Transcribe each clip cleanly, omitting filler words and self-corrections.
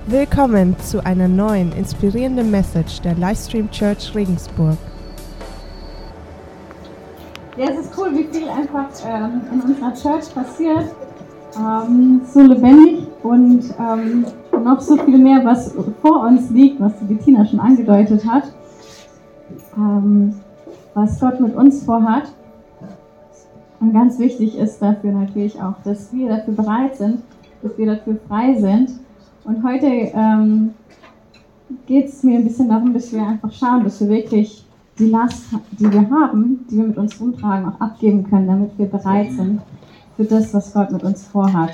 Willkommen zu einer neuen, inspirierenden Message der Livestream Church Regensburg. Ja, es ist cool, wie viel einfach in unserer Church passiert. So lebendig und noch so viel mehr, was vor uns liegt, was die Bettina schon angedeutet hat. Was Gott mit uns vorhat. Und ganz wichtig ist dafür natürlich auch, dass wir dafür bereit sind, dass wir dafür frei sind. Und heute geht es mir ein bisschen darum, dass wir einfach schauen, dass wir wirklich die Last, die wir haben, die wir mit uns rumtragen, auch abgeben können, damit wir bereit sind für das, was Gott mit uns vorhat.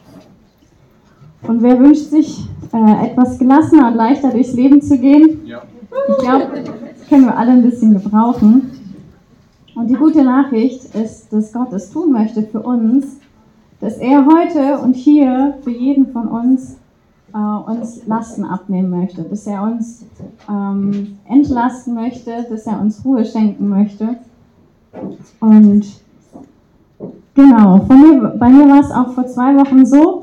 Und wer wünscht sich, etwas gelassener und leichter durchs Leben zu gehen? Ja. Ich glaube, das können wir alle ein bisschen gebrauchen. Und die gute Nachricht ist, dass Gott es tun möchte für uns, dass er heute und hier für jeden von uns Lasten abnehmen möchte, dass er uns entlasten möchte, dass er uns Ruhe schenken möchte. Und genau, bei mir war es auch vor 2 Wochen so,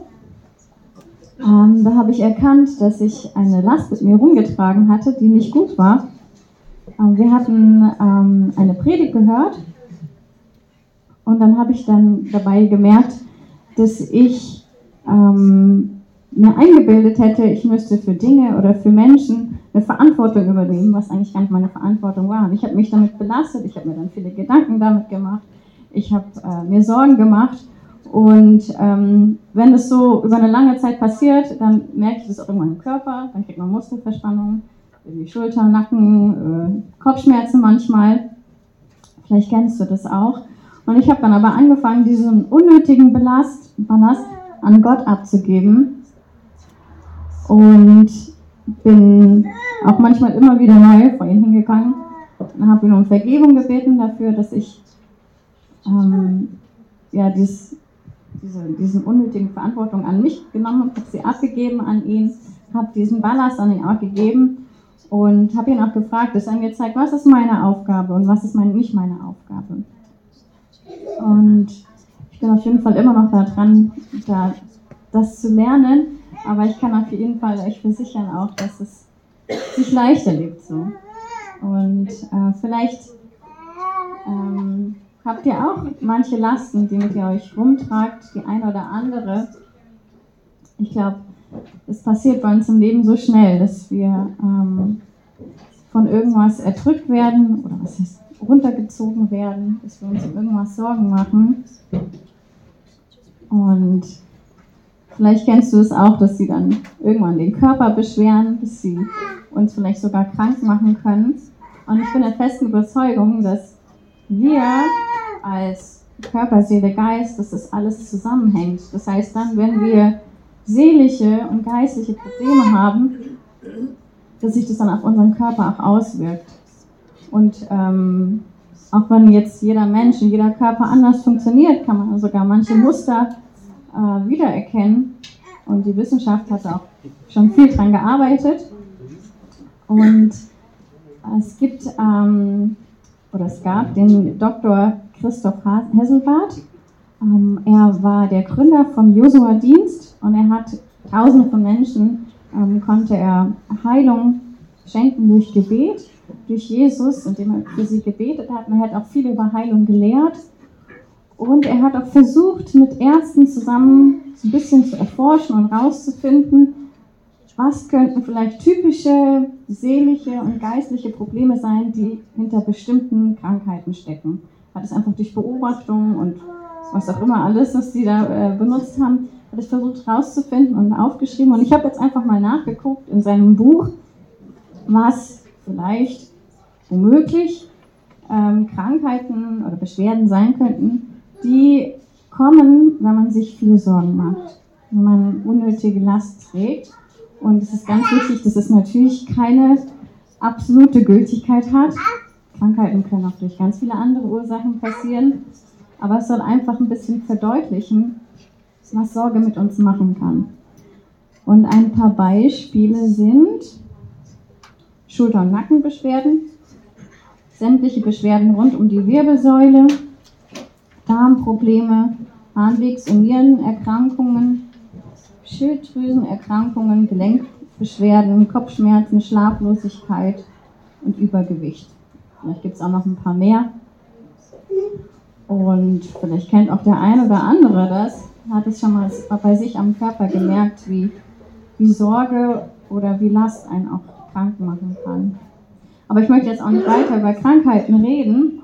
da habe ich erkannt, dass ich eine Last mit mir rumgetragen hatte, die nicht gut war. Wir hatten eine Predigt gehört und dann habe ich dann dabei gemerkt, dass ich mir eingebildet hätte, ich müsste für Dinge oder für Menschen eine Verantwortung übernehmen, was eigentlich gar nicht meine Verantwortung war. Und ich habe mich damit belastet, ich habe mir dann viele Gedanken damit gemacht, ich habe mir Sorgen gemacht. Und wenn das so über eine lange Zeit passiert, dann merke ich das auch irgendwann im Körper, dann kriegt man Muskelverspannung, irgendwie Schulter, Nacken, Kopfschmerzen manchmal. Vielleicht kennst du das auch. Und ich habe dann aber angefangen, diesen unnötigen Ballast an Gott abzugeben. Und bin auch manchmal immer wieder neu vor ihn hingegangen und habe ihn um Vergebung gebeten dafür, dass ich diese unnötigen Verantwortung an mich genommen habe, habe sie abgegeben an ihn, habe diesen Ballast an ihn auch gegeben und habe ihn auch gefragt, dass er mir zeigt, was ist meine Aufgabe und was ist nicht meine Aufgabe. Und ich bin auf jeden Fall immer noch daran, das zu lernen. Aber ich kann auf jeden Fall euch versichern auch, dass es sich leichter lebt so. Und vielleicht habt ihr auch manche Lasten, die mit ihr euch rumtragt, die eine oder andere. Ich glaube, es passiert bei uns im Leben so schnell, dass wir von irgendwas erdrückt werden oder was heißt runtergezogen werden, dass wir uns um irgendwas Sorgen machen. Und vielleicht kennst du es auch, dass sie dann irgendwann den Körper beschweren, dass sie uns vielleicht sogar krank machen können. Und ich bin der festen Überzeugung, dass wir als Körper, Seele, Geist, dass das alles zusammenhängt. Das heißt dann, wenn wir seelische und geistliche Probleme haben, dass sich das dann auf unseren Körper auch auswirkt. Und auch wenn jetzt jeder Mensch und jeder Körper anders funktioniert, kann man sogar manche Muster wiedererkennen. Und die Wissenschaft hat auch schon viel dran gearbeitet. Und es gab den Dr. Christoph Hesselbart. Er war der Gründer vom Josua-Dienst und er hat Tausende von Menschen, konnte er Heilung schenken durch Gebet, durch Jesus, indem er für sie gebetet hat. Und er hat auch viel über Heilung gelehrt. Und er hat auch versucht, mit Ärzten zusammen so ein bisschen zu erforschen und rauszufinden, was könnten vielleicht typische seelische und geistliche Probleme sein, die hinter bestimmten Krankheiten stecken. Hat es einfach durch Beobachtung und was auch immer alles, was die da benutzt haben, hat es versucht rauszufinden und aufgeschrieben. Und ich habe jetzt einfach mal nachgeguckt in seinem Buch, was vielleicht womöglich Krankheiten oder Beschwerden sein könnten, die kommen, wenn man sich viele Sorgen macht, wenn man unnötige Last trägt. Und es ist ganz wichtig, dass es natürlich keine absolute Gültigkeit hat. Krankheiten können auch durch ganz viele andere Ursachen passieren. Aber es soll einfach ein bisschen verdeutlichen, was Sorge mit uns machen kann. Und ein paar Beispiele sind Schulter- und Nackenbeschwerden, sämtliche Beschwerden rund um die Wirbelsäule, Darmprobleme, Harnwegs- und Nierenerkrankungen, Schilddrüsenerkrankungen, Gelenkbeschwerden, Kopfschmerzen, Schlaflosigkeit und Übergewicht. Vielleicht gibt es auch noch ein paar mehr. Und vielleicht kennt auch der eine oder andere das, hat es schon mal bei sich am Körper gemerkt, wie Sorge oder wie Last einen auch krank machen kann. Aber ich möchte jetzt auch nicht weiter über Krankheiten reden.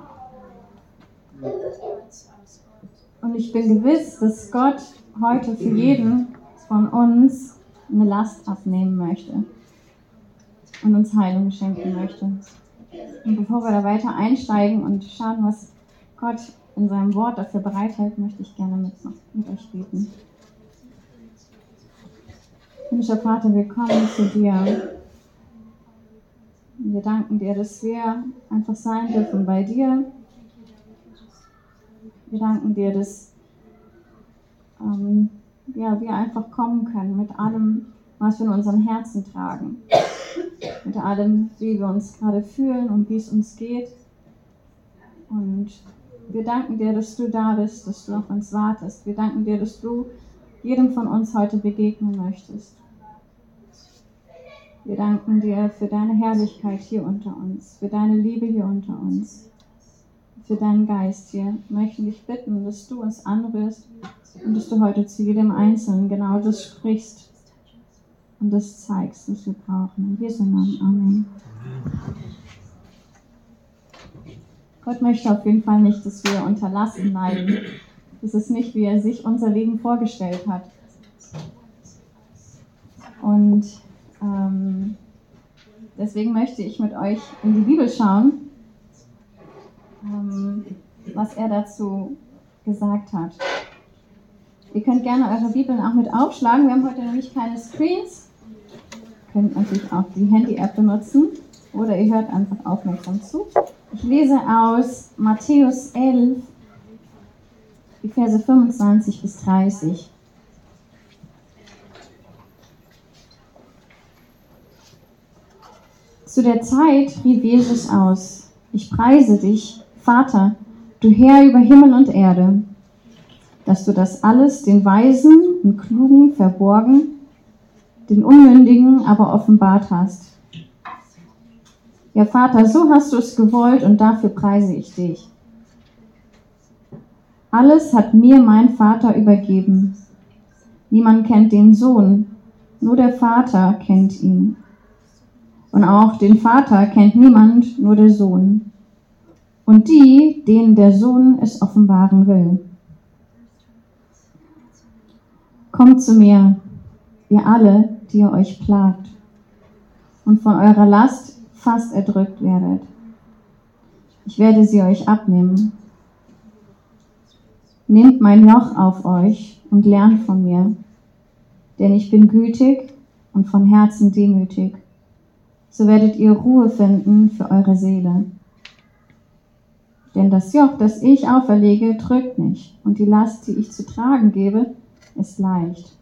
Und ich bin gewiss, dass Gott heute für jeden von uns eine Last abnehmen möchte und uns Heilung schenken möchte. Und bevor wir da weiter einsteigen und schauen, was Gott in seinem Wort dafür bereithält, möchte ich gerne mit euch beten. Himmlischer Vater, wir kommen zu dir. Wir danken dir, dass wir einfach sein dürfen bei dir. Wir danken dir, dass wir einfach kommen können mit allem, was wir in unseren Herzen tragen. Mit allem, wie wir uns gerade fühlen und wie es uns geht. Und wir danken dir, dass du da bist, dass du auf uns wartest. Wir danken dir, dass du jedem von uns heute begegnen möchtest. Wir danken dir für deine Herrlichkeit hier unter uns, für deine Liebe hier unter uns, für deinen Geist hier. Wir möchten dich bitten, dass du uns anrührst und dass du heute zu jedem Einzelnen genau das sprichst und das zeigst, was wir brauchen. In Jesu Namen. Amen. Gott möchte auf jeden Fall nicht, dass wir unter Lasten leiden. Das ist nicht, wie er sich unser Leben vorgestellt hat. Und deswegen möchte ich mit euch in die Bibel schauen, was er dazu gesagt hat. Ihr könnt gerne eure Bibeln auch mit aufschlagen. Wir haben heute nämlich keine Screens. Ihr könnt natürlich auch die Handy-App benutzen oder ihr hört einfach aufmerksam zu. Ich lese aus Matthäus 11, die Verse 25 bis 30. Zu der Zeit rief Jesus aus: Ich preise dich, Vater, du Herr über Himmel und Erde, dass du das alles den Weisen und Klugen verborgen, den Unmündigen aber offenbart hast. Ja, Vater, so hast du es gewollt und dafür preise ich dich. Alles hat mir mein Vater übergeben. Niemand kennt den Sohn, nur der Vater kennt ihn. Und auch den Vater kennt niemand, nur der Sohn. Und die, denen der Sohn es offenbaren will. Kommt zu mir, ihr alle, die ihr euch plagt und von eurer Last fast erdrückt werdet. Ich werde sie euch abnehmen. Nehmt mein Joch auf euch und lernt von mir, denn ich bin gütig und von Herzen demütig. So werdet ihr Ruhe finden für eure Seele. Denn das Joch, das ich auferlege, drückt nicht, und die Last, die ich zu tragen gebe, ist leicht.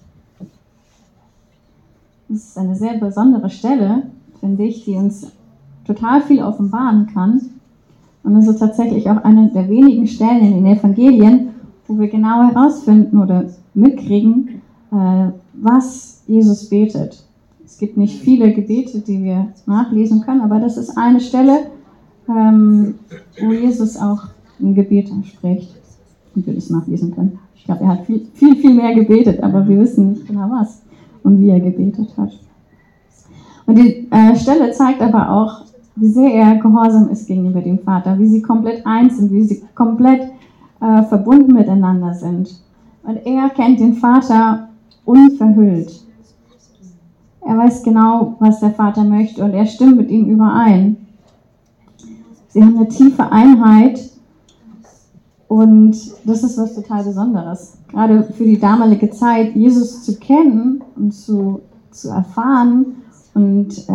Das ist eine sehr besondere Stelle, finde ich, die uns total viel offenbaren kann. Und es ist tatsächlich auch eine der wenigen Stellen in den Evangelien, wo wir genau herausfinden oder mitkriegen, was Jesus betet. Es gibt nicht viele Gebete, die wir nachlesen können, aber das ist eine Stelle, wo Jesus auch ein Gebet spricht und wir das nachlesen können. Ich glaube, er hat viel mehr gebetet, aber wir wissen nicht genau was und wie er gebetet hat. Und die Stelle zeigt aber auch, wie sehr er gehorsam ist gegenüber dem Vater, wie sie komplett eins sind, wie sie komplett verbunden miteinander sind. Und er kennt den Vater unverhüllt. Er weiß genau, was der Vater möchte und er stimmt mit ihm überein. Sie haben eine tiefe Einheit und das ist was total Besonderes. Gerade für die damalige Zeit, Jesus zu kennen und zu erfahren und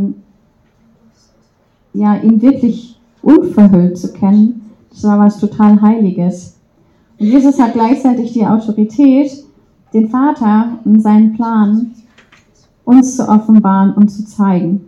ihn wirklich unverhüllt zu kennen, das war was total Heiliges. Und Jesus hat gleichzeitig die Autorität, den Vater und seinen Plan uns zu offenbaren und zu zeigen.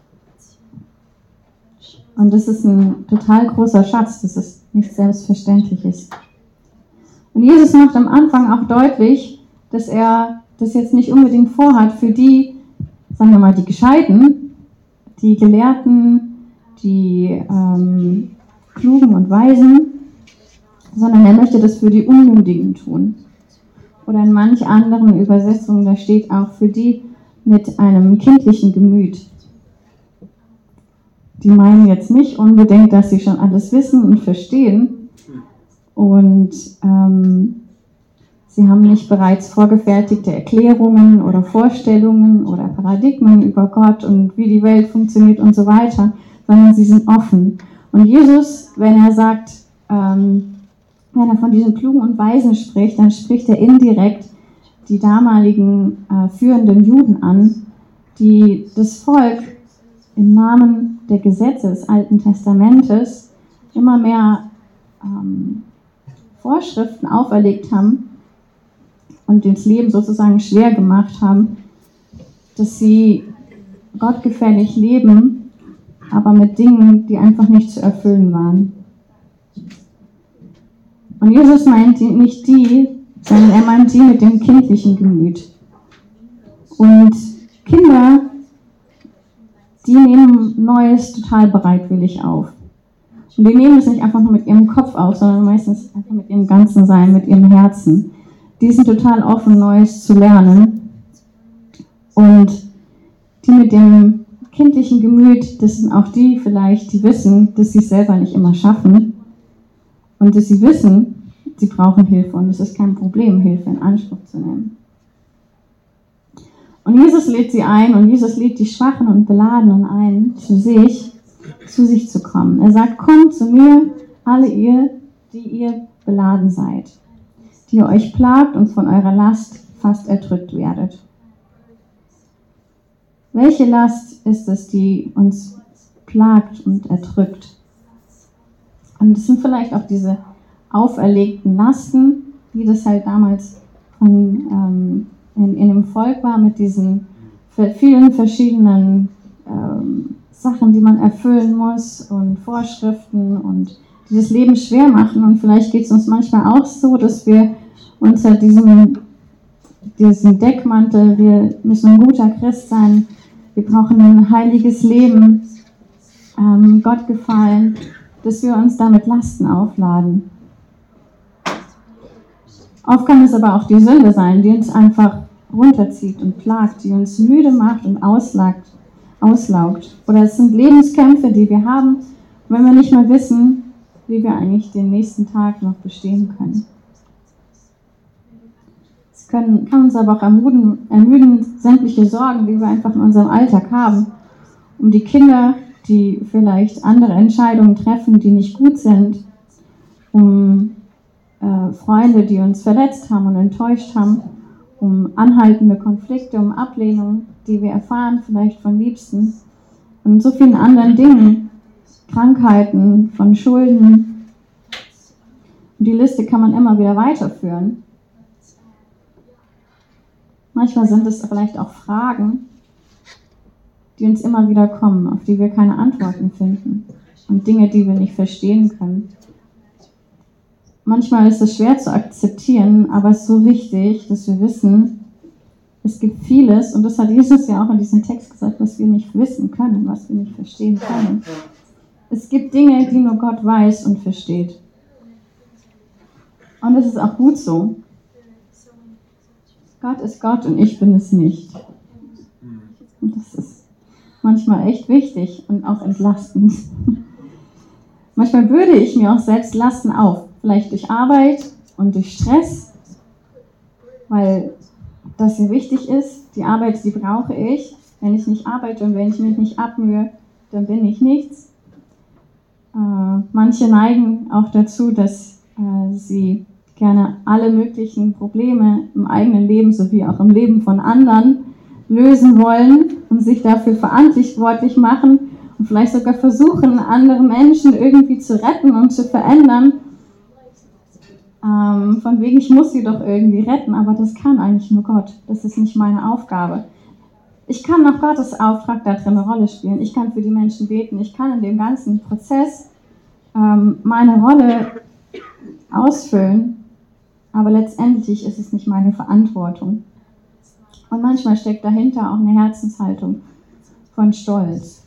Und das ist ein total großer Schatz, dass es nicht selbstverständlich ist. Und Jesus macht am Anfang auch deutlich, dass er das jetzt nicht unbedingt vorhat für die, sagen wir mal, die Gescheiten, die Gelehrten, die Klugen und Weisen, sondern er möchte das für die Unmündigen tun. Oder in manch anderen Übersetzungen, da steht auch für die mit einem kindlichen Gemüt. Die meinen jetzt nicht unbedingt, dass sie schon alles wissen und verstehen und sie haben nicht bereits vorgefertigte Erklärungen oder Vorstellungen oder Paradigmen über Gott und wie die Welt funktioniert und so weiter, sondern sie sind offen. Und Jesus, wenn er sagt, wenn er von diesen Klugen und Weisen spricht, dann spricht er indirekt die damaligen führenden Juden an, die das Volk im Namen der Gesetze des Alten Testamentes immer mehr Vorschriften auferlegt haben und das Leben sozusagen schwer gemacht haben, dass sie gottgefällig leben, aber mit Dingen, die einfach nicht zu erfüllen waren. Und Jesus meint nicht die, sondern er meint die mit dem kindlichen Gemüt. Und Kinder, die nehmen Neues total bereitwillig auf. Und die nehmen es nicht einfach nur mit ihrem Kopf auf, sondern meistens einfach mit ihrem ganzen Sein, mit ihrem Herzen. Die sind total offen, Neues zu lernen. Und die mit dem kindlichen Gemüt, das sind auch die vielleicht, die wissen, dass sie es selber nicht immer schaffen. Und dass sie wissen, sie brauchen Hilfe und es ist kein Problem, Hilfe in Anspruch zu nehmen. Und Jesus lädt sie ein und Jesus lädt die Schwachen und Beladenen ein, zu sich zu kommen. Er sagt, kommt zu mir, alle ihr, die ihr beladen seid, die ihr euch plagt und von eurer Last fast erdrückt werdet. Welche Last ist es, die uns plagt und erdrückt? Und es sind vielleicht auch diese auferlegten Lasten, wie das halt damals in dem Volk war, mit diesen vielen verschiedenen Sachen, die man erfüllen muss und Vorschriften und die das Leben schwer machen. Und vielleicht geht es uns manchmal auch so, dass wir unter diesem Deckmantel, wir müssen ein guter Christ sein, wir brauchen ein heiliges Leben, Gott gefallen, dass wir uns damit Lasten aufladen. Oft kann es aber auch die Sünde sein, die uns einfach runterzieht und plagt, die uns müde macht und auslaugt. Oder es sind Lebenskämpfe, die wir haben, wenn wir nicht mehr wissen, wie wir eigentlich den nächsten Tag noch bestehen können. Es kann uns aber auch ermüden, sämtliche Sorgen, die wir einfach in unserem Alltag haben, um die Kinder, die vielleicht andere Entscheidungen treffen, die nicht gut sind, um Freunde, die uns verletzt haben und enttäuscht haben, um anhaltende Konflikte, um Ablehnung, die wir erfahren, vielleicht von Liebsten und so vielen anderen Dingen, Krankheiten, von Schulden. Und die Liste kann man immer wieder weiterführen. Manchmal sind es vielleicht auch Fragen, die uns immer wieder kommen, auf die wir keine Antworten finden und Dinge, die wir nicht verstehen können. Manchmal ist es schwer zu akzeptieren, aber es ist so wichtig, dass wir wissen, es gibt vieles, und das hat Jesus ja auch in diesem Text gesagt, was wir nicht wissen können, was wir nicht verstehen können. Es gibt Dinge, die nur Gott weiß und versteht. Und es ist auch gut so. Gott ist Gott und ich bin es nicht. Und das ist manchmal echt wichtig und auch entlastend. Manchmal bürde ich mir auch selbst Lasten auf. Vielleicht durch Arbeit und durch Stress, weil das hier wichtig ist. Die Arbeit, die brauche ich. Wenn ich nicht arbeite und wenn ich mich nicht abmühe, dann bin ich nichts. Manche neigen auch dazu, dass sie gerne alle möglichen Probleme im eigenen Leben sowie auch im Leben von anderen lösen wollen und sich dafür verantwortlich machen und vielleicht sogar versuchen, andere Menschen irgendwie zu retten und zu verändern. Von wegen, ich muss sie doch irgendwie retten, aber das kann eigentlich nur Gott. Das ist nicht meine Aufgabe. Ich kann nach Gottes Auftrag da drin eine Rolle spielen. Ich kann für die Menschen beten. Ich kann in dem ganzen Prozess meine Rolle ausfüllen, aber letztendlich ist es nicht meine Verantwortung. Und manchmal steckt dahinter auch eine Herzenshaltung von Stolz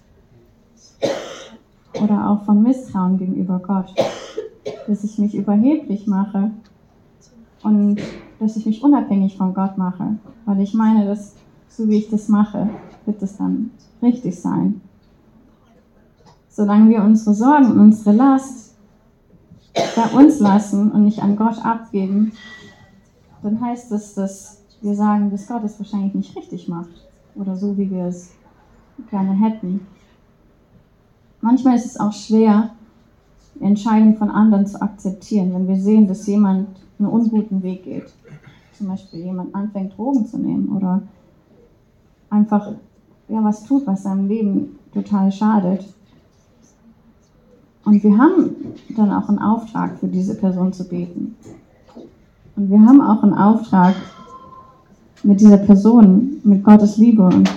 oder auch von Misstrauen gegenüber Gott, dass ich mich überheblich mache und dass ich mich unabhängig von Gott mache, weil ich meine, dass so wie ich das mache, wird es dann richtig sein. Solange wir unsere Sorgen und unsere Last bei uns lassen und nicht an Gott abgeben, dann heißt das, dass wir sagen, dass Gott es wahrscheinlich nicht richtig macht oder so, wie wir es gerne hätten. Manchmal ist es auch schwer, die Entscheidung von anderen zu akzeptieren, wenn wir sehen, dass jemand einen unguten Weg geht. Zum Beispiel jemand anfängt, Drogen zu nehmen oder einfach was tut, was seinem Leben total schadet. Und wir haben dann auch einen Auftrag, für diese Person zu beten. Und wir haben auch einen Auftrag, mit dieser Person, mit Gottes Liebe und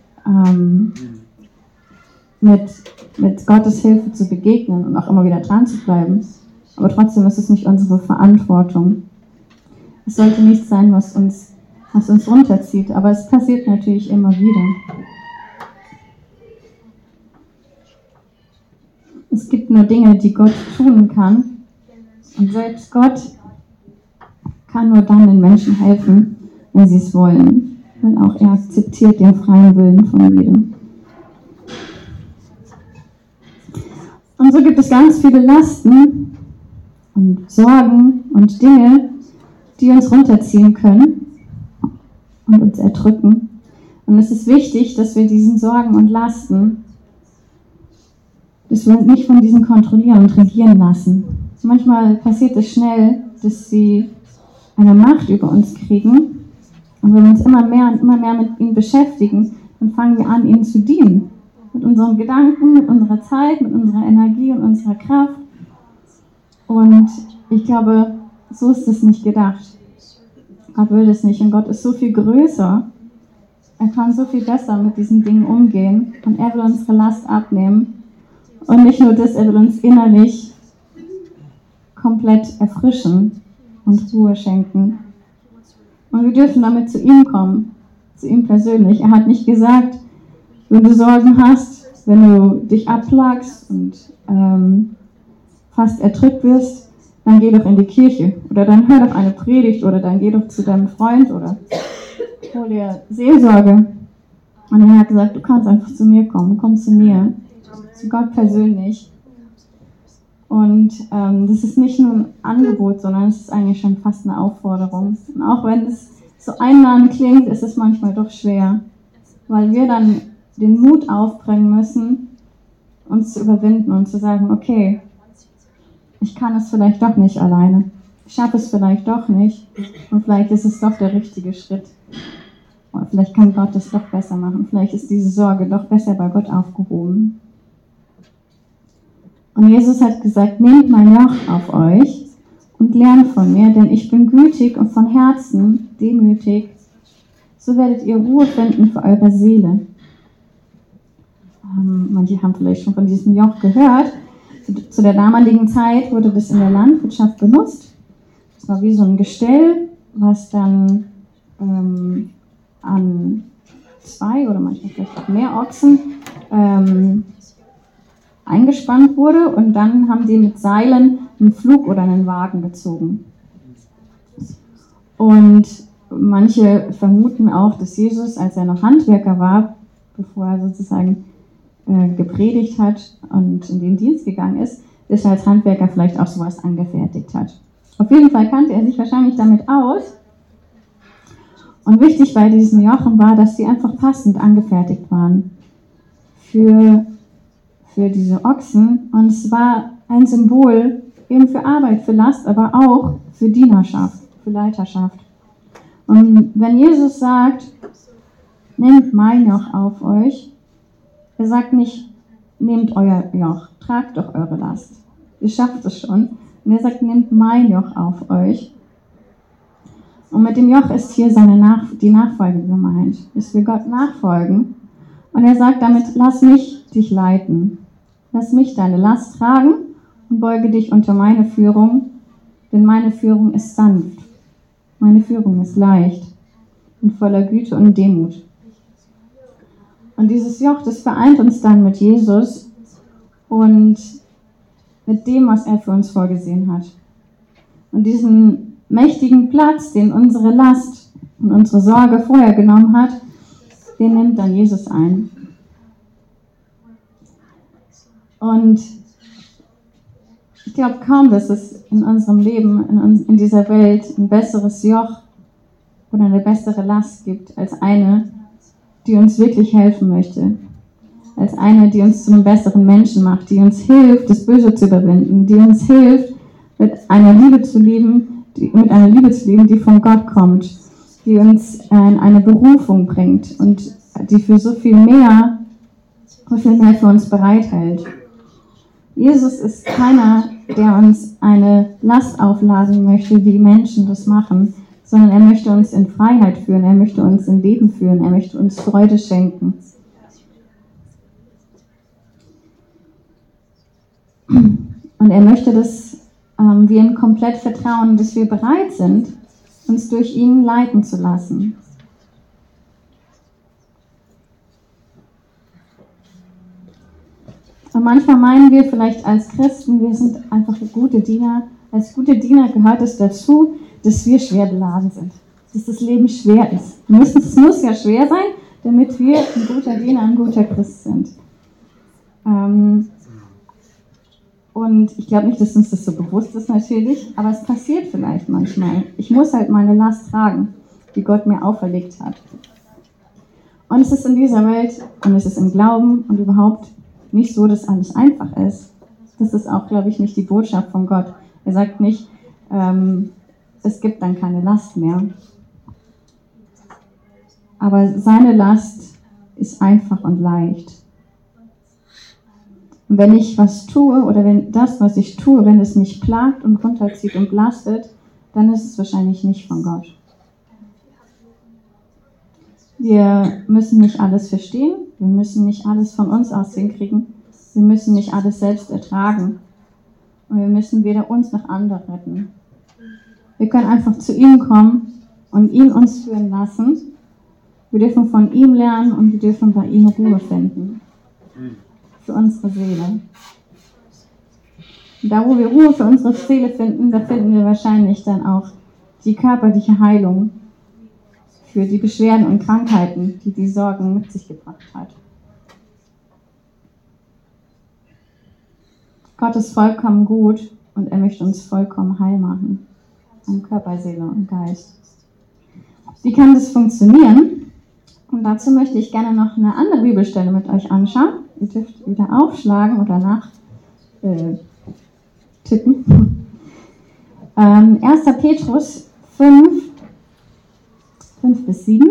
mit Gottes Hilfe zu begegnen und auch immer wieder dran zu bleiben. Aber trotzdem ist es nicht unsere Verantwortung. Es sollte nichts sein, was uns runterzieht, aber es passiert natürlich immer wieder. Es gibt nur Dinge, die Gott tun kann. Und selbst Gott kann nur dann den Menschen helfen, wenn sie es wollen. Weil auch er akzeptiert den freien Willen von jedem. Und so gibt es ganz viele Lasten und Sorgen und Dinge, die uns runterziehen können und uns erdrücken. Und es ist wichtig, dass wir diesen Sorgen und Lasten, dass wir uns nicht von diesen kontrollieren und regieren lassen. Manchmal passiert es schnell, dass sie eine Macht über uns kriegen. Und wenn wir uns immer mehr mit ihnen beschäftigen, dann fangen wir an, ihnen zu dienen. Mit unseren Gedanken, mit unserer Zeit, mit unserer Energie und unserer Kraft. Und ich glaube, so ist es nicht gedacht. Gott will das nicht. Und Gott ist so viel größer. Er kann so viel besser mit diesen Dingen umgehen. Und er will unsere Last abnehmen. Und nicht nur das, er will uns innerlich komplett erfrischen und Ruhe schenken. Und wir dürfen damit zu ihm kommen, zu ihm persönlich. Er hat nicht gesagt, wenn du Sorgen hast, wenn du dich abplagst und fast erdrückt wirst, dann geh doch in die Kirche oder dann hör doch eine Predigt oder dann geh doch zu deinem Freund oder hol dir Seelsorge. Und er hat gesagt, du kannst einfach zu mir kommen, komm zu mir, zu Gott persönlich. Und das ist nicht nur ein Angebot, sondern es ist eigentlich schon fast eine Aufforderung. Und auch wenn es so einladend klingt, ist es manchmal doch schwer, weil wir dann den Mut aufbringen müssen, uns zu überwinden und zu sagen, okay, ich kann es vielleicht doch nicht alleine. Ich schaffe es vielleicht doch nicht. Und vielleicht ist es doch der richtige Schritt. Oder vielleicht kann Gott es doch besser machen. Vielleicht ist diese Sorge doch besser bei Gott aufgehoben. Und Jesus hat gesagt, nehmt mein Joch auf euch und lernt von mir, denn ich bin gütig und von Herzen demütig. So werdet ihr Ruhe finden für eure Seele. Manche haben vielleicht schon von diesem Joch gehört. Zu der damaligen Zeit wurde das in der Landwirtschaft benutzt. Das war wie so ein Gestell, was dann an 2 oder manchmal vielleicht auch mehr Ochsen eingespannt wurde und dann haben sie mit Seilen einen Flug oder einen Wagen gezogen. Und manche vermuten auch, dass Jesus, als er noch Handwerker war, bevor er sozusagen gepredigt hat und in den Dienst gegangen ist, dass er als Handwerker vielleicht auch sowas angefertigt hat. Auf jeden Fall kannte er sich wahrscheinlich damit aus. Und wichtig bei diesen Jochen war, dass sie einfach passend angefertigt waren für diese Ochsen. Und es war ein Symbol eben für Arbeit, für Last, aber auch für Dienerschaft, für Leiterschaft. Und wenn Jesus sagt, nehmt mein Joch auf euch, er sagt nicht, nehmt euer Joch, tragt doch eure Last. Ihr schafft es schon. Und er sagt, nehmt mein Joch auf euch. Und mit dem Joch ist hier die Nachfolge gemeint, dass wir Gott nachfolgen. Und er sagt damit, lass mich dich leiten. Lass mich deine Last tragen und beuge dich unter meine Führung, denn meine Führung ist sanft. Meine Führung ist leicht. und voller Güte und Demut. Und dieses Joch, das vereint uns dann mit Jesus und mit dem, was er für uns vorgesehen hat. Und diesen mächtigen Platz, den unsere Last und unsere Sorge vorher genommen hat, den nimmt dann Jesus ein. Und ich glaube kaum, dass es in unserem Leben, in dieser Welt, ein besseres Joch oder eine bessere Last gibt, als eine, die uns wirklich helfen möchte. Als eine, die uns zu einem besseren Menschen macht, die uns hilft, das Böse zu überwinden, die uns hilft, mit einer Liebe zu leben, die von Gott kommt, die uns in eine Berufung bringt und die für so viel mehr für uns bereithält. Jesus ist keiner, der uns eine Last aufladen möchte, wie die Menschen das machen, sondern er möchte uns in Freiheit führen, er möchte uns in Leben führen, er möchte uns Freude schenken. Und er möchte, dass wir ihm komplett vertrauen, dass wir bereit sind, uns durch ihn leiten zu lassen. Und manchmal meinen wir vielleicht als Christen, wir sind einfach gute Diener. Als gute Diener gehört es dazu, dass wir schwer beladen sind, dass das Leben schwer ist. Es muss ja schwer sein, damit wir ein guter Diener, ein guter Christ sind. Und ich glaube nicht, dass uns das so bewusst ist natürlich, aber es passiert vielleicht manchmal. Ich muss halt meine Last tragen, die Gott mir auferlegt hat. Und es ist in dieser Welt und es ist im Glauben und überhaupt nicht so, dass alles einfach ist. Das ist auch, glaube ich, nicht die Botschaft von Gott. Er sagt nicht, es gibt dann keine Last mehr. Aber seine Last ist einfach und leicht. Und wenn ich was tue oder wenn das, was ich tue, wenn es mich plagt und runterzieht und belastet, dann ist es wahrscheinlich nicht von Gott. Wir müssen nicht alles verstehen, wir müssen nicht alles von uns aus hinkriegen, wir müssen nicht alles selbst ertragen und wir müssen weder uns noch andere retten. Wir können einfach zu ihm kommen und ihn uns führen lassen. Wir dürfen von ihm lernen und wir dürfen bei ihm Ruhe finden. Für unsere Seele. Und da, wo wir Ruhe für unsere Seele finden, da finden wir wahrscheinlich dann auch die körperliche Heilung für die Beschwerden und Krankheiten, die die Sorgen mit sich gebracht hat. Gott ist vollkommen gut und er möchte uns vollkommen heil machen. An Körper, Seele und Geist. Wie kann das funktionieren? Und dazu möchte ich gerne noch eine andere Bibelstelle mit euch anschauen. Ihr dürft wieder aufschlagen oder tippen. 1. Petrus 5-7.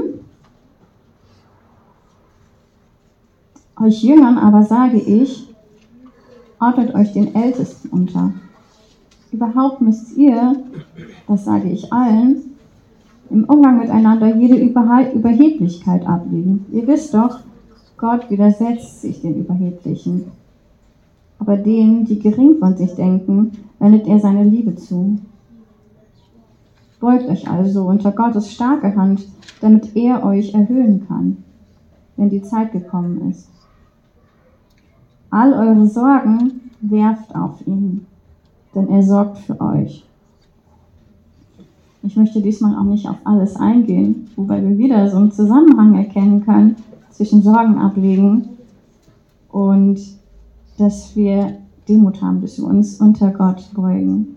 Euch Jüngern aber sage ich, ordnet euch den Ältesten unter. Überhaupt müsst ihr, das sage ich allen, im Umgang miteinander jede Überheblichkeit ablegen. Ihr wisst doch, Gott widersetzt sich den Überheblichen. Aber denen, die gering von sich denken, wendet er seine Liebe zu. Beugt euch also unter Gottes starke Hand, damit er euch erhöhen kann, wenn die Zeit gekommen ist. All eure Sorgen werft auf ihn, denn er sorgt für euch. Ich möchte diesmal auch nicht auf alles eingehen, wobei wir wieder so einen Zusammenhang erkennen können zwischen Sorgen ablegen und dass wir Demut haben, dass wir uns unter Gott beugen.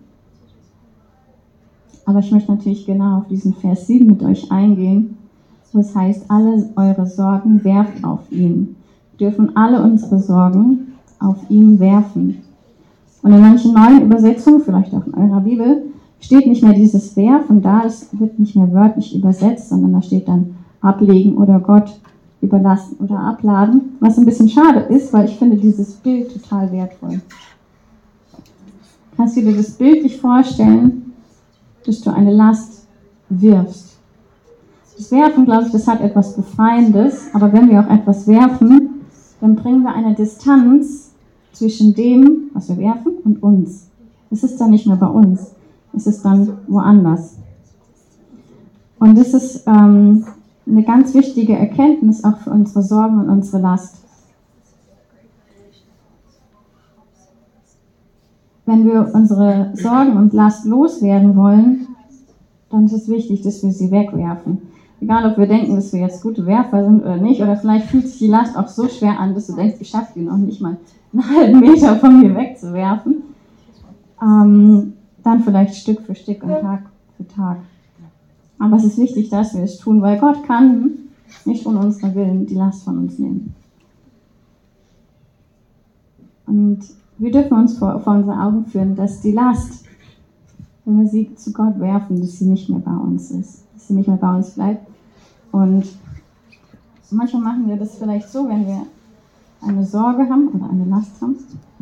Aber ich möchte natürlich genau auf diesen Vers 7 mit euch eingehen, wo es heißt, alle eure Sorgen werft auf ihn. Wir dürfen alle unsere Sorgen auf ihn werfen. Und in manchen neuen Übersetzungen, vielleicht auch in eurer Bibel, steht nicht mehr dieses Werfen da, es wird nicht mehr wörtlich übersetzt, sondern da steht dann ablegen oder Gott überlassen oder abladen, was ein bisschen schade ist, weil ich finde dieses Bild total wertvoll. Kannst du dir das bildlich vorstellen, dass du eine Last wirfst? Das Werfen, glaube ich, das hat etwas Befreiendes, aber wenn wir auch etwas werfen, dann bringen wir eine Distanz zwischen dem, was wir werfen, und uns. Es ist dann nicht mehr bei uns. Es ist dann woanders. Und das ist eine ganz wichtige Erkenntnis auch für unsere Sorgen und unsere Last. Wenn wir unsere Sorgen und Last loswerden wollen, dann ist es wichtig, dass wir sie wegwerfen. Egal, ob wir denken, dass wir jetzt gute Werfer sind oder nicht, oder vielleicht fühlt sich die Last auch so schwer an, dass du denkst, ich schaffe die noch nicht mal einen halben Meter von mir wegzuwerfen. Dann vielleicht Stück für Stück und Tag für Tag. Aber es ist wichtig, dass wir es tun, weil Gott kann nicht ohne unseren Willen die Last von uns nehmen. Und wir dürfen uns vor unsere Augen führen, dass die Last, wenn wir sie zu Gott werfen, dass sie nicht mehr bei uns ist, dass sie nicht mehr bei uns bleibt. Und manchmal machen wir das vielleicht so, wenn wir eine Sorge haben oder eine Last haben.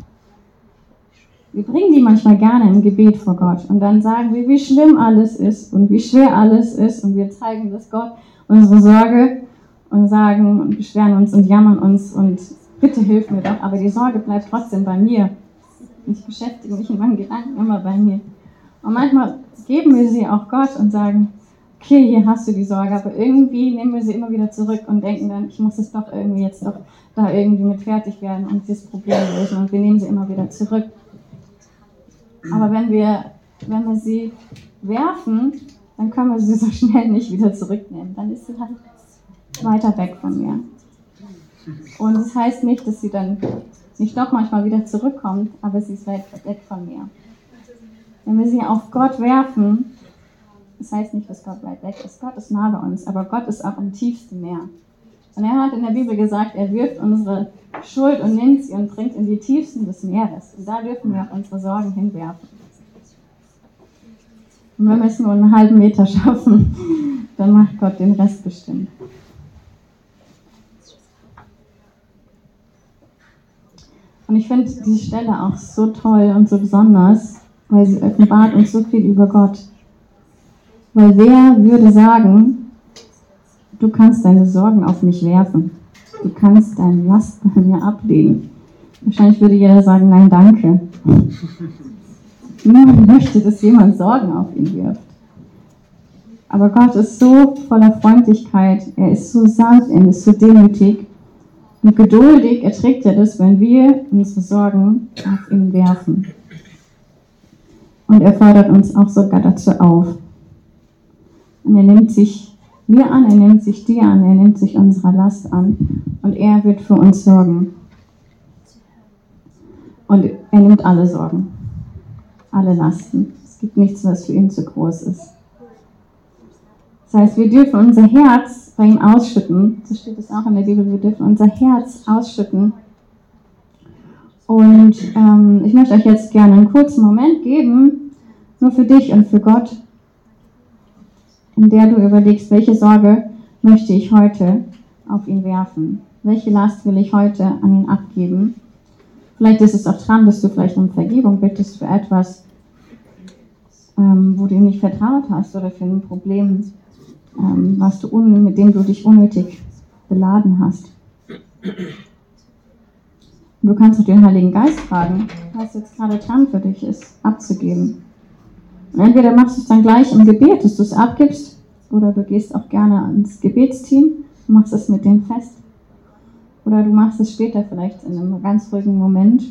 Wir bringen die manchmal gerne im Gebet vor Gott und dann sagen wir, wie schlimm alles ist und wie schwer alles ist und wir zeigen das Gott unsere Sorge und sagen und beschweren uns und jammern uns und bitte hilf mir doch, aber die Sorge bleibt trotzdem bei mir. Und ich beschäftige mich in meinen Gedanken immer bei mir. Und manchmal geben wir sie auch Gott und sagen, okay, hier hast du die Sorge, aber irgendwie nehmen wir sie immer wieder zurück und denken dann, ich muss es doch irgendwie jetzt doch da irgendwie mit fertig werden und dieses Problem lösen und wir nehmen sie immer wieder zurück. Aber wenn wir sie werfen, dann können wir sie so schnell nicht wieder zurücknehmen. Dann ist sie halt weiter weg von mir. Und das heißt nicht, dass sie dann nicht doch manchmal wieder zurückkommt, aber sie ist weit weg von mir. Wenn wir sie auf Gott werfen, das heißt nicht, dass Gott weit weg ist. Gott ist nah bei uns, aber Gott ist auch im tiefsten Meer. Und er hat in der Bibel gesagt, er wirft unsere Schuld und nimmt sie und bringt in die Tiefsten des Meeres. Und da dürfen wir auch unsere Sorgen hinwerfen. Und wenn wir es nur einen halben Meter schaffen, dann macht Gott den Rest bestimmt. Und ich finde diese Stelle auch so toll und so besonders, weil sie offenbart uns so viel über Gott. Weil wer würde sagen, du kannst deine Sorgen auf mich werfen. Du kannst deine Last bei mir ablegen. Wahrscheinlich würde jeder sagen, nein, danke. Niemand möchte, dass jemand Sorgen auf ihn wirft. Aber Gott ist so voller Freundlichkeit, er ist so sanft, er ist so demütig und geduldig erträgt er das, wenn wir unsere Sorgen auf ihn werfen. Und er fordert uns auch sogar dazu auf. Und er nimmt sich mir an, er nimmt sich dir an, er nimmt sich unserer Last an und er wird für uns sorgen. Und er nimmt alle Sorgen, alle Lasten. Es gibt nichts, was für ihn zu groß ist. Das heißt, wir dürfen unser Herz bei ihm ausschütten. So steht es auch in der Bibel, wir dürfen unser Herz ausschütten. Und ich möchte euch jetzt gerne einen kurzen Moment geben, nur für dich und für Gott, in der du überlegst, welche Sorge möchte ich heute auf ihn werfen? Welche Last will ich heute an ihn abgeben? Vielleicht ist es auch dran, dass du vielleicht um Vergebung bittest für etwas, wo du ihm nicht vertraut hast oder für ein Problem, mit dem du dich unnötig beladen hast. Und du kannst auch den Heiligen Geist fragen, was jetzt gerade dran für dich ist, abzugeben. Und entweder machst du es dann gleich im Gebet, dass du es abgibst, oder du gehst auch gerne ins Gebetsteam und machst es mit denen fest. Oder du machst es später vielleicht in einem ganz ruhigen Moment.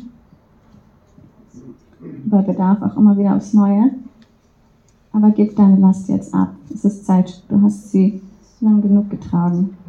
Bei Bedarf auch immer wieder aufs Neue. Aber gib deine Last jetzt ab. Es ist Zeit. Du hast sie lang genug getragen.